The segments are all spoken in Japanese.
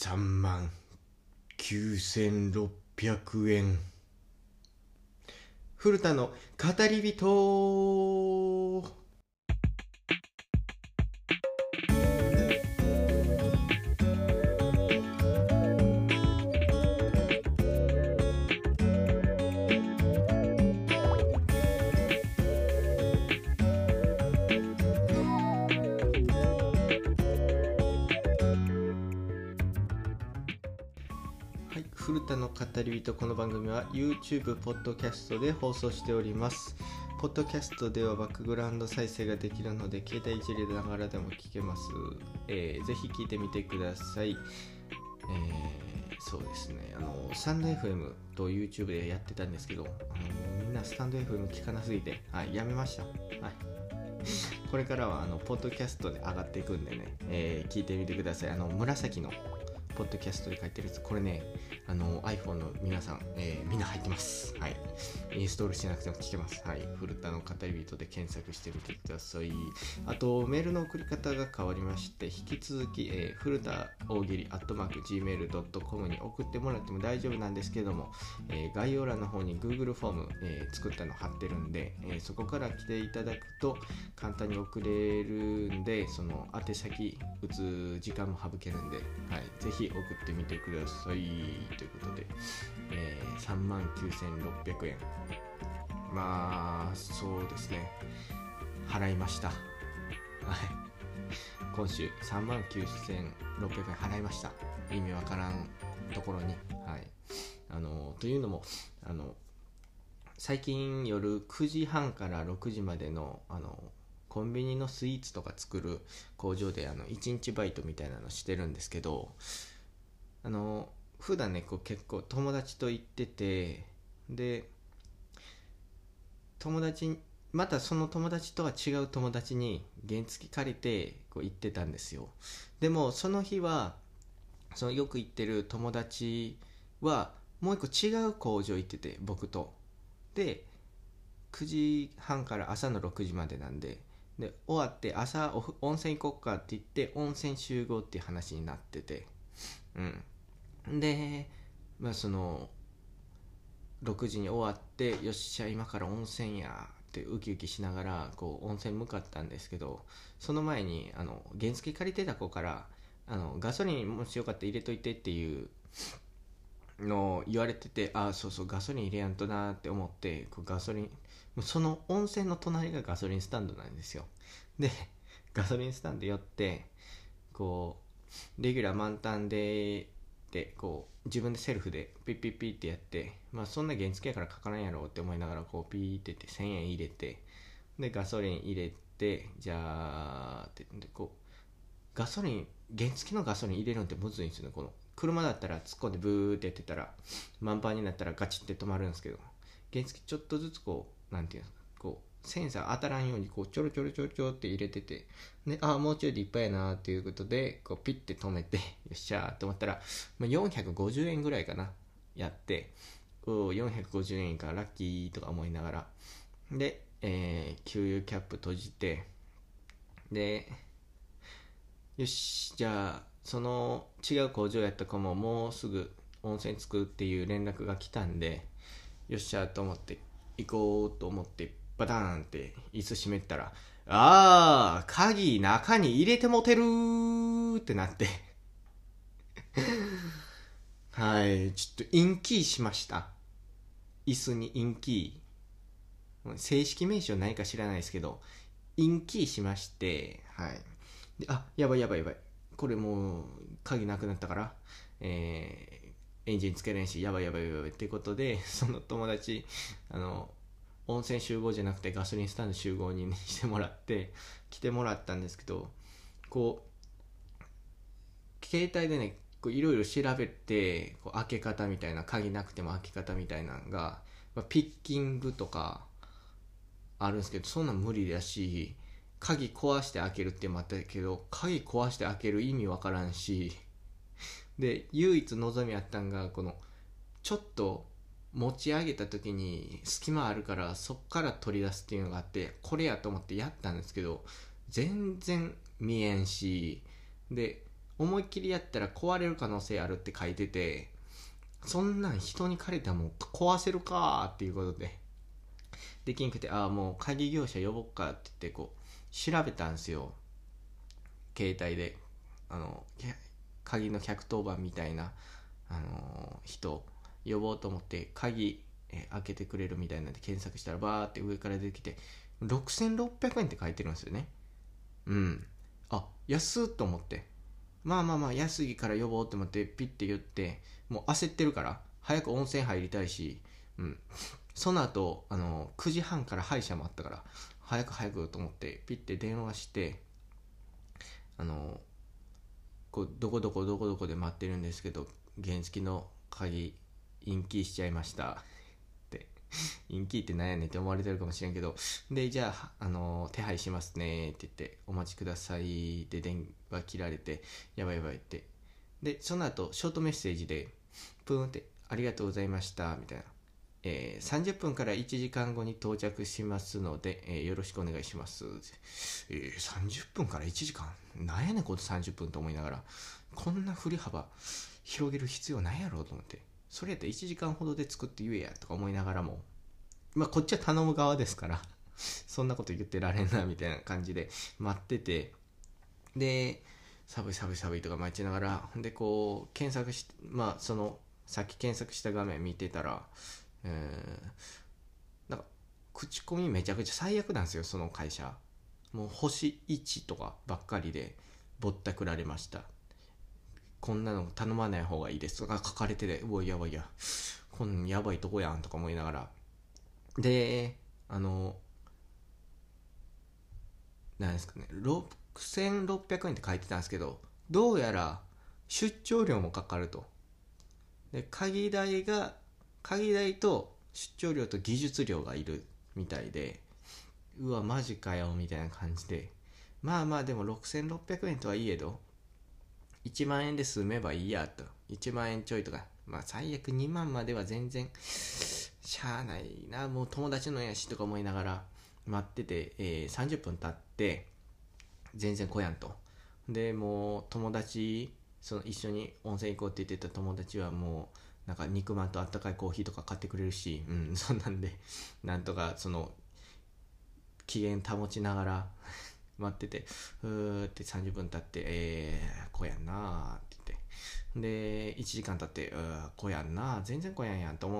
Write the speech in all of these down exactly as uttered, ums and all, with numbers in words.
さんまんきゅうせんろっぴゃくえん。古田の語り人。はい、古田の語り人。この番組は YouTube、ポッドキャストで放送しております。ポッドキャストではバックグラウンド再生ができるので、携帯いじりながらでも聞けます。えー、ぜひ聞いてみてください。えー、そうですね、あのスタンド エフエム と YouTube でやってたんですけど、あのみんなスタンド エフエム 聞かなすぎて、はい、やめました。はい、これからはあのポッドキャストで上がっていくんでね、えー、聞いてみてください。あの紫のポッドキャストで書いてるやつ、これね、あの iPhone の皆さん、えー、みんな入ってます。はい。インストールしなくても聞けます。はい。古田の語り人で検索してみてください。あと、メールの送り方が変わりまして、引き続き、えー、古田大喜利アットマーク ジーメールドットコム に送ってもらっても大丈夫なんですけども、えー、概要欄の方に Google フォーム、えー、作ったの貼ってるんで、えー、そこから来ていただくと簡単に送れるんで、その宛先打つ時間も省けるんで、はい、ぜひ送ってみてくださいということで、えー、さんまんきゅうせんろっぴゃくえん、まあそうですね、払いました。はい、今週さんまんきゅうせんろっぴゃくえん払いました。意味わからんところに。はい、あのというのも、あの最近夜くじはんからろくじまでのあのコンビニのスイーツとか作る工場であのいちにちバイトみたいなのしてるんですけど、あの普段ねこう結構友達と行ってて、で友達またその友達とは違う友達に原付借りてこう行ってたんですよ。でもその日はそのよく行ってる友達はもう一個違う工場行ってて、僕とでくじはんから朝のろくじまでなんで、で終わって朝お温泉行こっかって言って温泉集合っていう話になってて、うんで、まあそのろくじに終わって、よっしゃ今から温泉やってウキウキしながらこう温泉向かったんですけど、その前にあの原付借りてた子からあのガソリンもしよかったら入れといてっていうの言われてて、ああそうそうガソリン入れやんとなって思って、こうガソリン、その温泉の隣がガソリンスタンドなんですよ。でガソリンスタンド寄って、こうレギュラー満タンででこう自分でセルフでピッピッピッってやって、まあそんな原付やからかからんやろうって思いながらこうピーってってせんえん入れて、でガソリン入れて、じゃあってでこうガソリン原付のガソリン入れるのってむずいんですよね。この車だったら突っ込んでブーってやってたら満帆になったらガチって止まるんですけど、原付ちょっとずつこうなんていうんですか、こうセンサー当たらんようにこうちょろちょろちょろちょろって入れてて、でああもうちょいでいっぱいやなっていうことでこうピッて止めて、よっしゃーって思ったら、まあ、よんひゃくごじゅうえんぐらいかなやって、およんひゃくごじゅうえんかラッキーとか思いながら、で、えー、給油キャップ閉じて、でよしじゃあその違う工場やった子ももうすぐ温泉着くっていう連絡が来たんで、よっしゃと思って行こうと思ってバターンって椅子閉めたら、あー鍵中に入れてもてるーってなってはい、ちょっとインキーしました。椅子にインキー、正式名称何か知らないですけどインキーしまして、はい、であやばいやばいやばい、これもう鍵なくなったから、えー、エンジンつけれんし、やばいやばいやばいってことで、その友達あの温泉集合じゃなくてガソリンスタンド集合に、ね、してもらって来てもらったんですけど、こう携帯でねいろいろ調べて、こう開け方みたいな、鍵なくても開け方みたいなのが、まあ、ピッキングとかあるんですけど、そんなん無理だし、鍵壊して開けるってもあったけど鍵壊して開ける意味わからんし、で唯一望みあったんが、このちょっと持ち上げた時に隙間あるからそっから取り出すっていうのがあって、これやと思ってやったんですけど全然見えんし、で思いっきりやったら壊れる可能性あるって書いてて、そんなん人に借りたらもう壊せるかーっていうことでできんくて、ああもう鍵業者呼ぼっかって言ってこう調べたんですよ、携帯で。あの鍵のひゃくとおばんみたいな、あのー人呼ぼうと思って鍵え開けてくれるみたいなんで検索したらバーって上から出てきてろくせんろっぴゃくえんって書いてるんですよね。うん。あ、安っと思って、まあまあまあ安いから呼ぼうと思ってピッて言って、もう焦ってるから早く温泉入りたいし、うん、その後あのくじはんから歯医者もあったから早く早くと思ってピッて電話して、あのこうどこどこどこどこで待ってるんですけど原付の鍵インキーしちゃいましたってインキーって何やねんって思われてるかもしれんけど、でじゃあ、あの手配しますねって言ってお待ちくださいって電話切られて、やばいやばいって、でその後ショートメッセージでプーンってありがとうございましたみたいな、えー、さんじゅっぷんからいちじかんごに到着しますので、えー、よろしくお願いします、えー、さんじゅっぷんからいちじかんなんやねんこのさんじゅっぷんと思いながら、こんな振り幅広げる必要ないやろうと思って、それやったらいちじかんほどで作って言えやとか思いながらも、まあこっちは頼む側ですからそんなこと言ってられんなみたいな感じで待ってて、で寒い寒い寒いとか待ちながら、でこう検索して、まあそのさっき検索した画面見てたら、えー、なんか口コミめちゃくちゃ最悪なんですよ、その会社。もう星いちとかばっかりでぼったくられました、こんなの頼まない方がいいですとか書かれてて、うわやばいや、こんなんやばいとこやんとか思いながら、であのなんですかね、ろくせんろっぴゃくえんって書いてたんですけど、どうやら出張料もかかると。で鍵代が鍵代と出張料と技術料がいるみたいで、うわマジかよみたいな感じで、まあまあでもろくせんろっぴゃくえんとはいえどいちまん円で済めばいいやと、いちまん円ちょいとか、まあ最悪にまんまでは全然しゃあないな、もう友達のやしとか思いながら待ってて、えー、さんじゅっぷん経って全然来やんと。でもう友達、その一緒に温泉行こうって言ってた友達はもうなんか肉まんとあったかいコーヒーとか買ってくれるし、うん、そんなんでなんとかその機嫌保ちながら待ってて、うーってさんじゅっぷん経って、えー、来やんなーって言って、でいちじかん経って、うー来やんなー全然来やんやんと思って、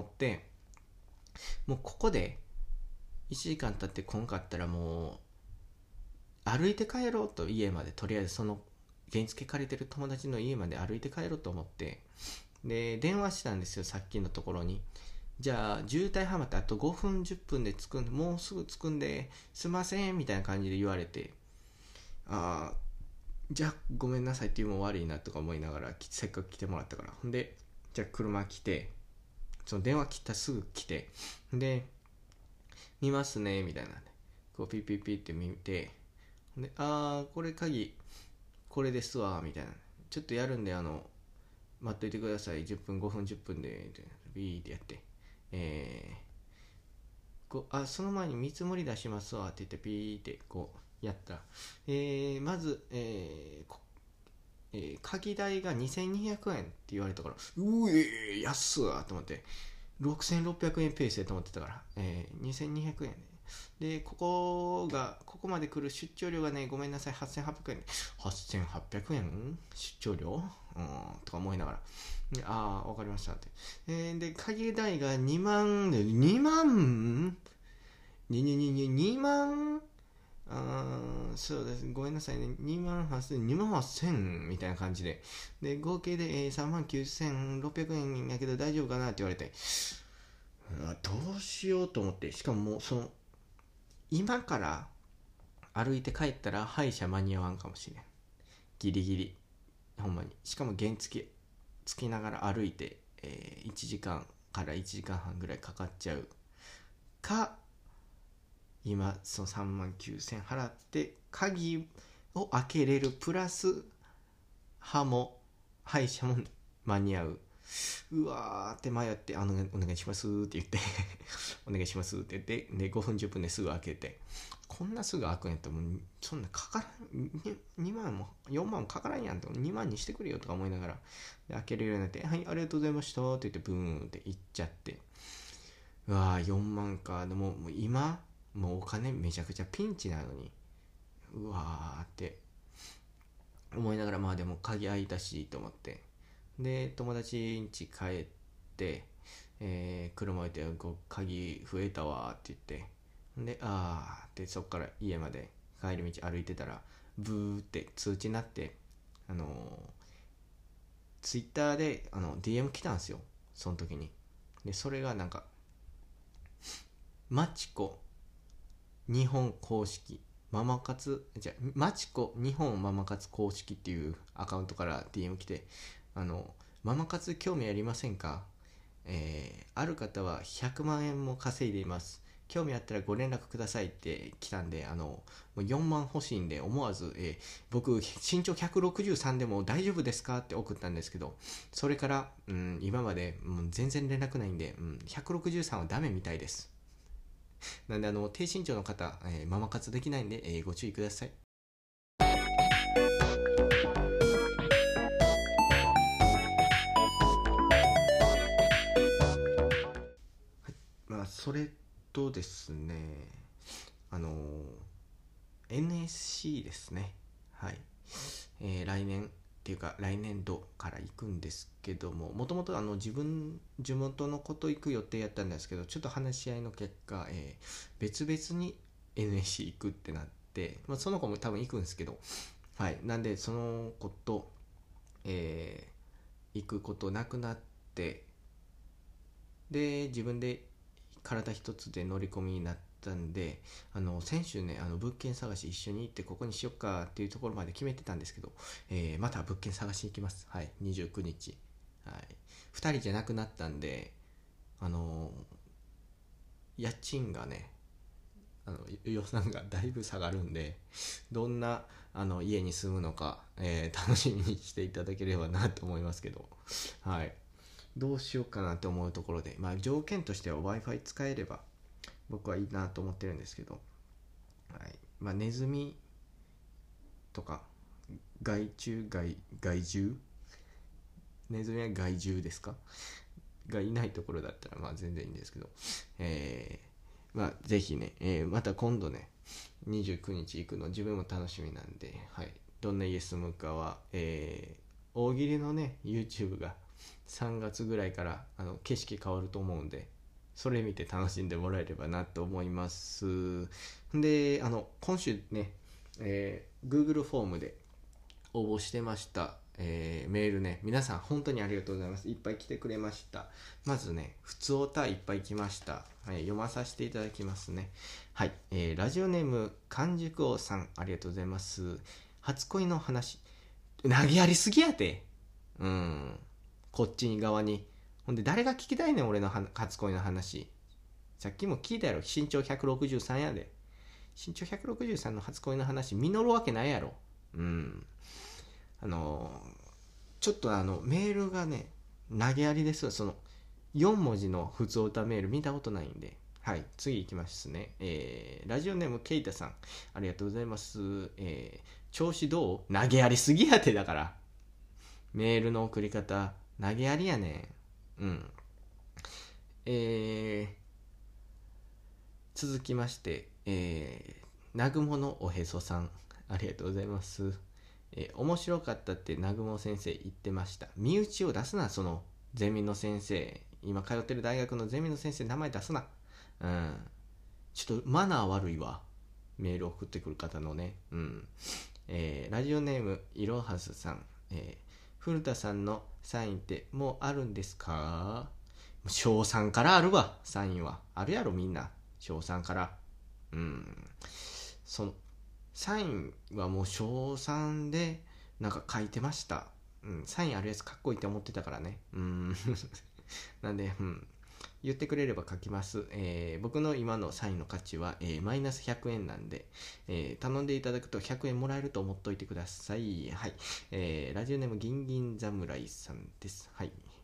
もうここでいちじかん経って来んかったらもう歩いて帰ろうと、家までとりあえずその原付借りてる友達の家まで歩いて帰ろうと思って、で電話したんですよ、さっきのところに。じゃあ渋滞はまってあとごふんじゅっぷんで着くんで、もうすぐ着くんですいませんみたいな感じで言われて、ああじゃあごめんなさいっていうも悪いなとか思いながら、せっかく来てもらったから、ほんでじゃあ車来て、その電話切ったらすぐ来て、で見ますねみたいな、こうピッピッピッって見て、であーこれ鍵これですわみたいな、ちょっとやるんであの待っといてください、じゅっぷんごふんじゅっぷんでビーってやって、えー、こうあその前に見積もり出しますわって言ってピーってこうやったら、えー、まず、えーえー、鍵代がにせんにひゃくえんって言われたから、うえー安っと思って、ろくせんろっぴゃくえんペースでと思ってたから、えー、にせんにひゃくえんで、ここがここまで来る出張料がね、ごめんなさいはっせんはっぴゃくえん、はっせんはっぴゃくえん出張料、うん、とか思いながら、ああわかりましたって、えー、で鍵代がにまんで、にまんにににににまん、あそうです、ごめんなさいね、にまんはっせん、にまんはっせんみたいな感じで、で合計で、えー、さんまんきゅうせんろっぴゃくえんやけど大丈夫かなって言われて、どうしようと思って、しかももうその今から歩いて帰ったら歯医者間に合わんかもしれん、ギリギリ、ほんまに。しかも原付つきながら歩いて、えー、いちじかんからいちじかんはんぐらいかかっちゃうか、今そのさんまんきゅうせん払って鍵を開けれるプラス歯も歯医者も間に合ううわーって迷って、あの、お願いしますって言ってお願いしますって言って、で、ごふんじゅっぷんですぐ開けて、こんなすぐ開くんやったら、もう、そんなかからん、にまんも、よんまんもかからんやんと、にまんにしてくれよとか思いながら、で開けれるようになって、はい、ありがとうございましたって言って、ブーンって行っちゃって、うわー、よんまんか、でも、もう今、もうお金めちゃくちゃピンチなのに、うわーって思いながら、まあでも鍵開いたしと思って、で友達ん家帰って、えー、車置いてこう鍵増えたわって言って、であーってそっから家まで帰り道歩いてたらブーって通知になって、あのー、ツイッターであの ディーエム 来たんですよ、その時に。でそれがなんかマチコ日本公式ママ活じゃマチコ日本ママ活公式っていうアカウントから ディーエム 来て、あのママ活興味ありませんか、えー、ある方はひゃくまんえんも稼いでいます、興味あったらご連絡くださいって来たんで、あのもうよんまん欲しいんで思わず、えー、僕身長ひゃくろくじゅうさんでも大丈夫ですかって送ったんですけど、それから、うん、今まで、うん、全然連絡ないんで、うん、ひゃくろくじゅうさんはダメみたいです。なんであの低身長の方、えーママ活できないんで、えーご注意ください。まあそれとですね、あのー エヌエスシー ですね。はい、えー来年っていうか来年度から行くんですけども、もともとあの自分地元の子と行く予定やったんですけど、ちょっと話し合いの結果、えー別々に エヌエスシー 行くってなって、まあ、その子も多分行くんですけど、はい、なんでその子と、えー行くことなくなって、で自分で体一つで乗り込みになったんで、あの先週ね、あの物件探し一緒に行ってここにしよっかっていうところまで決めてたんですけど、えーまた物件探しに行きます。はい、にじゅうくにち、はい、ふたりじゃなくなったんで、あの家賃がね、あの予算がだいぶ下がるんで、どんなあの家に住むのか、えー楽しみにしていただければなと思いますけど、はい、どうしようかなと思うところで、まあ条件としては Wi-Fi 使えれば僕はいいなと思ってるんですけど、はい、まあネズミとか害虫害害獣ネズミは害獣ですかがいないところだったらまあ全然いいんですけど、えー、まあぜひね、えーまた今度ねにじゅうくにち行くの自分も楽しみなんで、はい、どんな家住むかは、えー、大喜利のね YouTube がさんがつぐらいからあの景色変わると思うんで、それ見て楽しんでもらえればなと思います。で、あの今週ね、えー Google フォームで応募してました、えーメールね、皆さん本当にありがとうございます。いっぱい来てくれました。まずね、ふつおたいっぱい来ました。はい、読まさせていただきますね。はい、えーラジオネーム完熟王さん、ありがとうございます。初恋の話、投げやりすぎやて。うん、こっちに側に。ほんで誰が聞きたいねん俺の初恋の話。さっきも聞いたやろ、身長ひゃくろくじゅうさんやで。身長ひゃくろくじゅうさんの初恋の話実るわけないやろ。うん、あのちょっとあのメールがね投げやりです。そのよんもじの普通歌メール見たことないんで、はい、次いきますね。えーラジオネームケイタさん、ありがとうございます。えー調子どう、投げやりすぎやて。だからメールの送り方投げやりやねん。うん。えー続きまして、えー南雲のおへそさん、ありがとうございます。えー面白かったって南雲先生言ってました。身内を出すな、そのゼミの先生、今通ってる大学のゼミの先生名前出すな。うん、ちょっとマナー悪いわ、メール送ってくる方のね。うん、えーラジオネームいろはすさん、えー古田さんのサインってもうあるんですか。小さんからあるわ、サインはあるやろみんな、小さんから。うん、そのサインはもう小さんでなんか書いてました。うん、サインあるやつかっこいいって思ってたからね。うん。なんで、うん、言ってくれれば書きます。えー僕の今のサインの価値は、えーマイナスひゃくえんなんで、えー頼んでいただくとひゃくえんもらえると思っといてください。はい。えーラジオネームギンギン侍さんです。はい。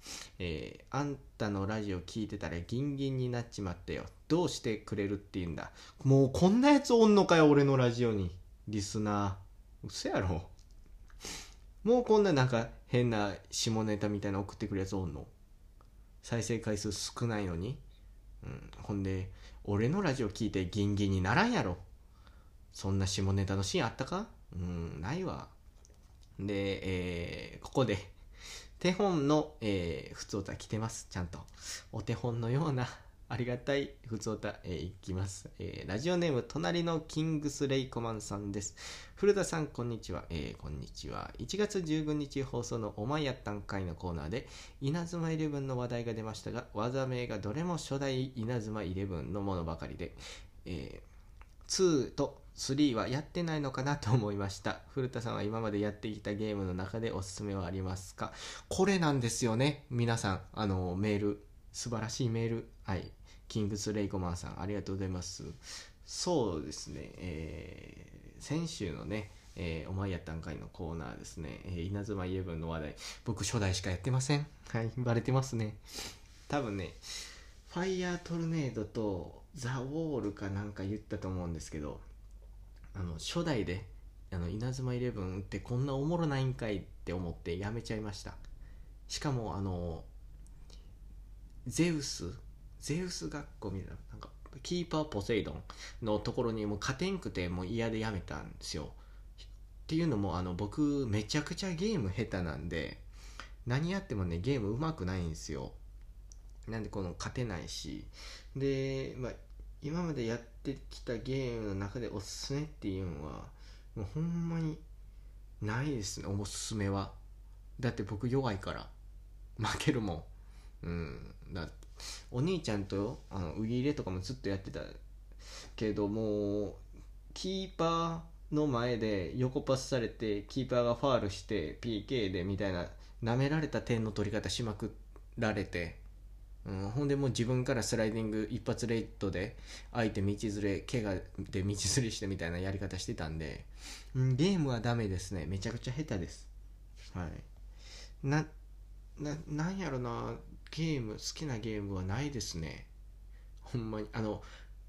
えー、あんたのラジオ聞いてたらギンギンになっちまったよ。どうしてくれるって言うんだ。もうこんなやつおんのかよ、俺のラジオに。リスナー。嘘やろ。もうこんななんか変な下ネタみたいな送ってくるやつおんの。再生回数少ないのに。うん、ほんで、俺のラジオ聞いてギンギンにならんやろ。そんな下ネタのシーンあったか？うん、ないわ。で、えー、ここで、手本の、えー、ふつおた来てます。ちゃんと。お手本のような、ありがたいふつおた、えー、いきます、えー。ラジオネーム、隣のキングスレイコマンさんです。古田さん、こんにちは。えー、こんにちは。いちがつじゅうごにち放送のお前やったんかいのコーナーで、稲妻イレブンの話題が出ましたが、技名がどれも初代稲妻イレブンのものばかりで、えー、にとスリーはやってないのかなと思いました。古田さんは今までやってきたゲームの中でおすすめはありますか？これなんですよね。皆さん、あの、メール、素晴らしいメール。はい。キングスレイコマンさん、ありがとうございます。そうですね、えー、先週のね、えー、お前やったんかいのコーナーですね、えー、稲妻イレブンの話題、僕初代しかやってません。はい、バレてますね。多分ね、ファイヤートルネードとザ・ウォールかなんか言ったと思うんですけど、あの初代であの稲妻イレブンってこんなおもろないんかいって思ってやめちゃいました。しかもあのゼウスゼウス学校みたいな、なんかキーパーポセイドンのところにもう勝てんくてもう嫌でやめたんですよ。っていうのもあの僕めちゃくちゃゲーム下手なんで、何やってもねゲーム上手くないんですよ。なんでこの勝てないし、で、まあ、今までやってきたゲームの中でおすすめっていうのはもうほんまにないですね。おすすめはだって僕弱いから負けるもん。うん、だお兄ちゃんとあのウギ入れとかもずっとやってたけど、もうキーパーの前で横パスされてキーパーがファールして ピーケー でみたいな舐められた点の取り方しまくられて、うん、ほんでもう自分からスライディング一発レッドで相手道連れ怪我で道連れしてみたいなやり方してたんで、うん、ゲームはダメですね。めちゃくちゃ下手です。はいなななんやろな、ゲーム好きなゲームはないですね。ほんまにあの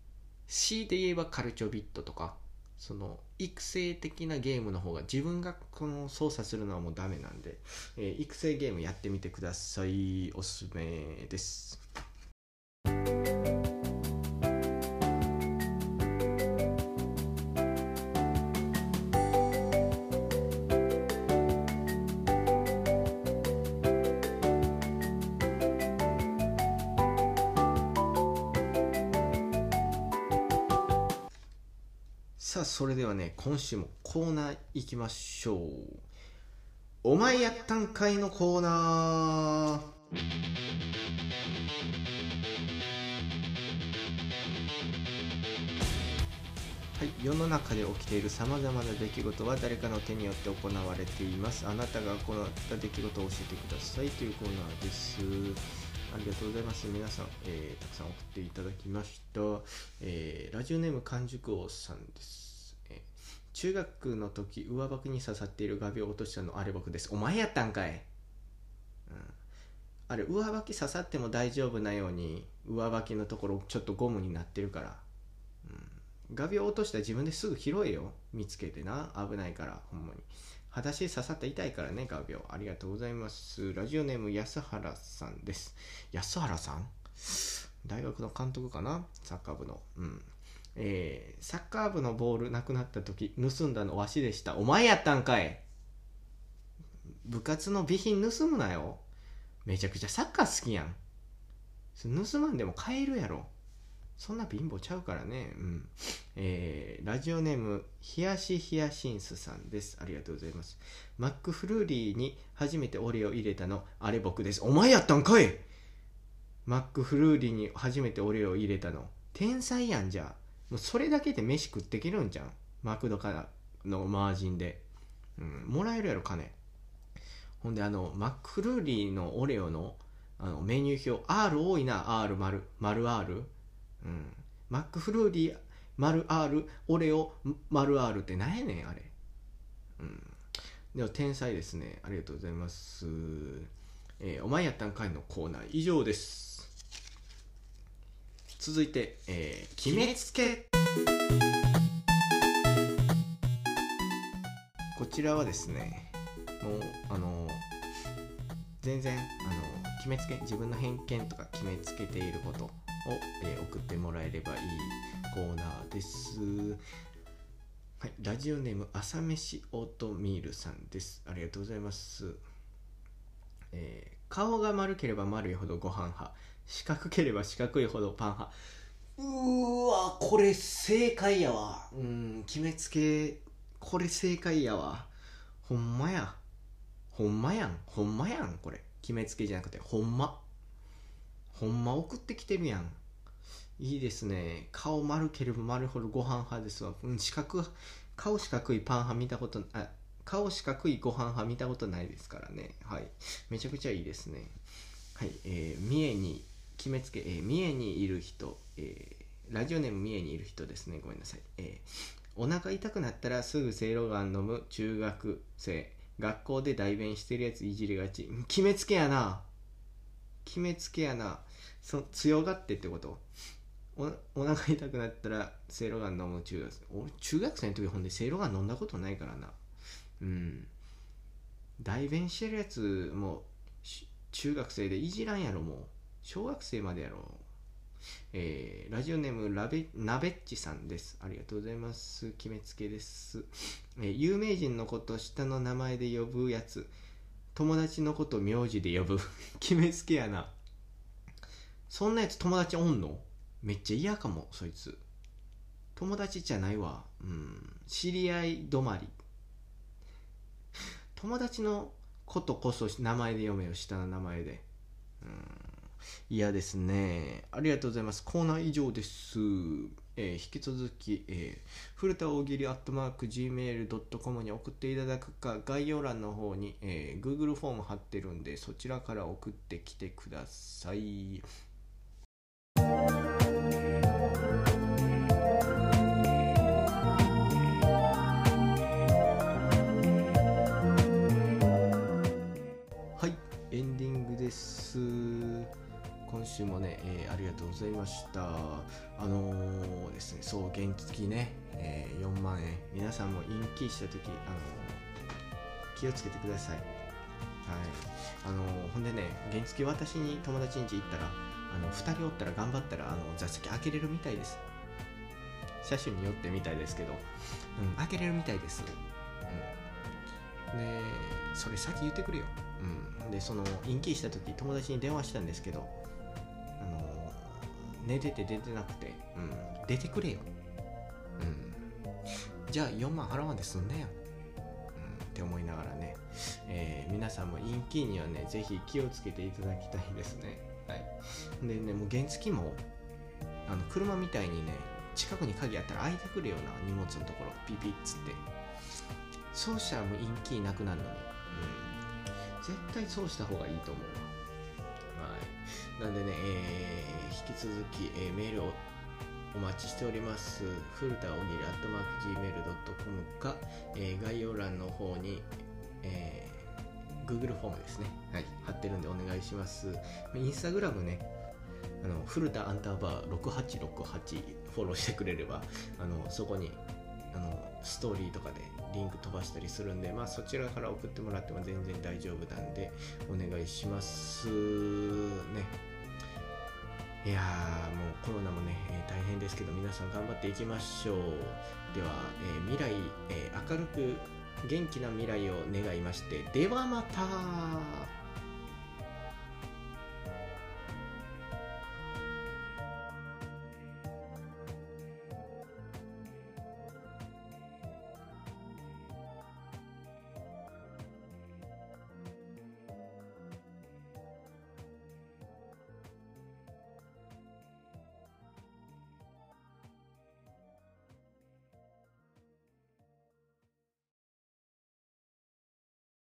C で言えばカルチョビットとか、その育成的なゲームの方が自分がこの操作するのはもうダメなんで、えー、育成ゲームやってみてください。おすすめです。さあそれではね、今週もコーナー行きましょう。お前やったんかいのコーナー。はい、世の中で起きているさまざまな出来事は誰かの手によって行われています。あなたが行った出来事を教えてくださいというコーナーです。ありがとうございます。皆さん、えー、たくさん送っていただきました。えー、ラジオネーム完熟王さんです。えー、中学の時上履きに刺さっている画鋲を落としたのあれ僕です。お前やったんかい、うん、あれ上履き刺さっても大丈夫なように上履きのところちょっとゴムになってるから、うん、画鋲落としたら自分ですぐ拾えよ、見つけてな、危ないから。ほんまに裸足刺さったら痛いからね、画鋲。ありがとうございます。ラジオネーム安原さんです。安原さん、大学の監督かな、サッカー部の。うんえー、サッカー部のボールなくなった時盗んだのわしでした。お前やったんかい。部活の備品盗むなよ。めちゃくちゃサッカー好きやん。盗まんでも買えるやろ。そんな貧乏ちゃうからね。うん。えー、ラジオネームヒヤシヒヤシンスさんです。ありがとうございます。マックフルーリーに初めてオレを入れたのあれ僕です。お前やったんかい。マックフルーリーに初めてオレを入れたの天才やん。じゃあもうそれだけで飯食ってけるんじゃん。マクドからのマージンで、うん、もらえるやろ金。ほんであのマックフルーリーのオレオのあのメニュー表 R 多いな。 R 丸丸 R、うん、マックフルーリー丸 R オレオ丸 R って何やねんあれ、うん、でも天才ですね。ありがとうございます。ええー、お前やったんかいのコーナー以上です。続いて、えー、決めつけ。こちらはですね、もうあの全然あの決めつけ、自分の偏見とか決めつけていることを、えー、送ってもらえればいいコーナーです。はい、ラジオネーム朝飯オートミールさんです。ありがとうございます。えー、顔が丸ければ丸いほどご飯派、四角ければ四角いほどパン派。うーわ、これ正解やわ。うん、決めつけ、これ正解やわ。ほんまや。ほんまやん。ほんまやん。これ。決めつけじゃなくて、ほんま。ほんま送ってきてるやん。いいですね。顔丸ければ丸ほどご飯派ですわ。うん、四角、顔四角いパン派見たこと、あ、顔四角いご飯派見たことないですからね。はい。めちゃくちゃいいですね。はい。えー、三重に、決めつけ、えー、三重にいる人、えー、ラジオネーム三重にいる人ですね。ごめんなさい。えー、お腹痛くなったらすぐせいろがん飲む中学生。学校で代弁してるやついじりがち。決めつけやな。決めつけやな。そ強がってってこと。お, お腹痛くなったらせいろがん飲む中学生。俺中学生の時ほんでせいろがん飲んだことないからな。うん。代弁してるやつも中学生でいじらんやろ。もう小学生までやろ。えー、ラジオネームラベナベッチさんです。ありがとうございます。決めつけです。えー、有名人のこと下の名前で呼ぶやつ、友達のこと名字で呼ぶ。決めつけやな。そんなやつ友達おんの？めっちゃ嫌かも。そいつ友達じゃないわ。うん、知り合い止まり。友達のことこそ名前で読めよ、下の名前で。うん、嫌ですね。ありがとうございます。コーナー以上です。えー、引き続き、えー、古田大喜利アットマーク ジーメールドットコム に送っていただくか、概要欄の方に、えー、Google フォーム貼ってるんで、そちらから送ってきてください。はい、エンディングです。今週もね、えー、ありがとうございました。あのー、ですね、そう、原付ね、えー、よんまんえん。皆さんもインキーしたとき、あのー、気をつけてください。はい。あのー、ほんでね、原付私に友達ん家行ったら、あの、ふたりおったら頑張ったら、あの、座席開けれるみたいです。車種によってみたいですけど、うん、開けれるみたいです。うん。で、それ先言ってくれよ。うん。で、その、インキーしたとき、友達に電話したんですけど、あの寝てて出てなくて、うん、出てくれよ、うん、じゃあよんまん払わんで済んだよ、うん、って思いながらね、えー、皆さんもインキーにはねぜひ気をつけていただきたいですね。はい。でね、もう原付もあの車みたいにね近くに鍵あったら開いてくるような荷物のところピピッつって、そうしたらもうインキーなくなるのに、うん、絶対そうした方がいいと思うわ。なんでね、えー、引き続き、えー、メールをお待ちしております。古田おぎり アットマーク ジーメールドットコム か、えー、概要欄の方に、えー、Google フォームですね、はい、貼ってるんでお願いします。インスタグラムね、あの古田アンダーバーろくはちろくはちフォローしてくれれば、あのそこにあのストーリーとかでリンク飛ばしたりするんで、まあそちらから送ってもらっても全然大丈夫なんでお願いしますね。いやーもうコロナもね、えー、大変ですけど皆さん頑張っていきましょう。では、えー、未来、えー、明るく元気な未来を願いまして、ではまた。